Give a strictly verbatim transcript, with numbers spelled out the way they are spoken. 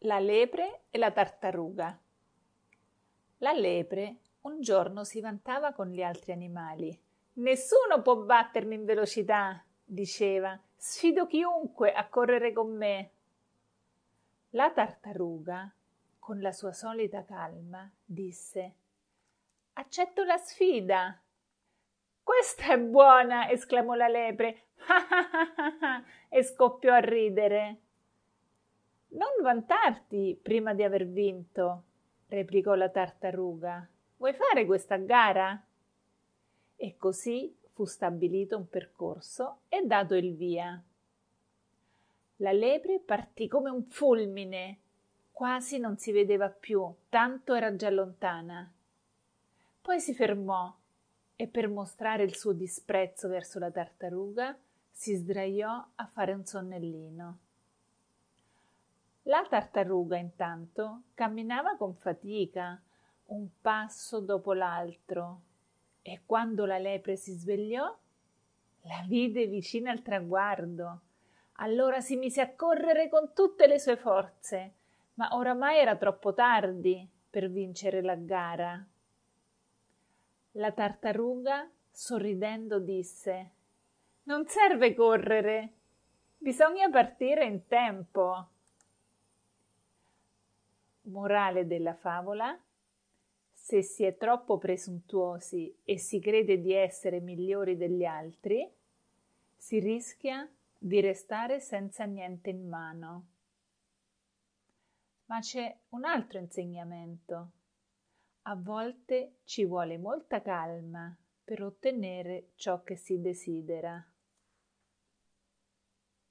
La lepre e la tartaruga. La lepre un giorno si vantava con gli altri animali. Nessuno può battermi in velocità, diceva. Sfido chiunque a correre con me. La tartaruga, con la sua solita calma, disse: Accetto la sfida. Questa è buona, esclamò la lepre, e scoppiò a ridere. Non vantarti prima di aver vinto, replicò la tartaruga. Vuoi fare questa gara? E così fu stabilito un percorso e dato il via. La lepre partì come un fulmine, quasi non si vedeva più, tanto era già lontana. Poi si fermò e per mostrare il suo disprezzo verso la tartaruga si sdraiò a fare un sonnellino. La tartaruga intanto camminava con fatica, un passo dopo l'altro, e quando la lepre si svegliò, la vide vicina al traguardo. Allora si mise a correre con tutte le sue forze, ma oramai era troppo tardi per vincere la gara. La tartaruga, sorridendo, disse: Non serve correre, bisogna partire in tempo. Morale della favola: se si è troppo presuntuosi e si crede di essere migliori degli altri, si rischia di restare senza niente in mano. Ma c'è un altro insegnamento. A volte ci vuole molta calma per ottenere ciò che si desidera.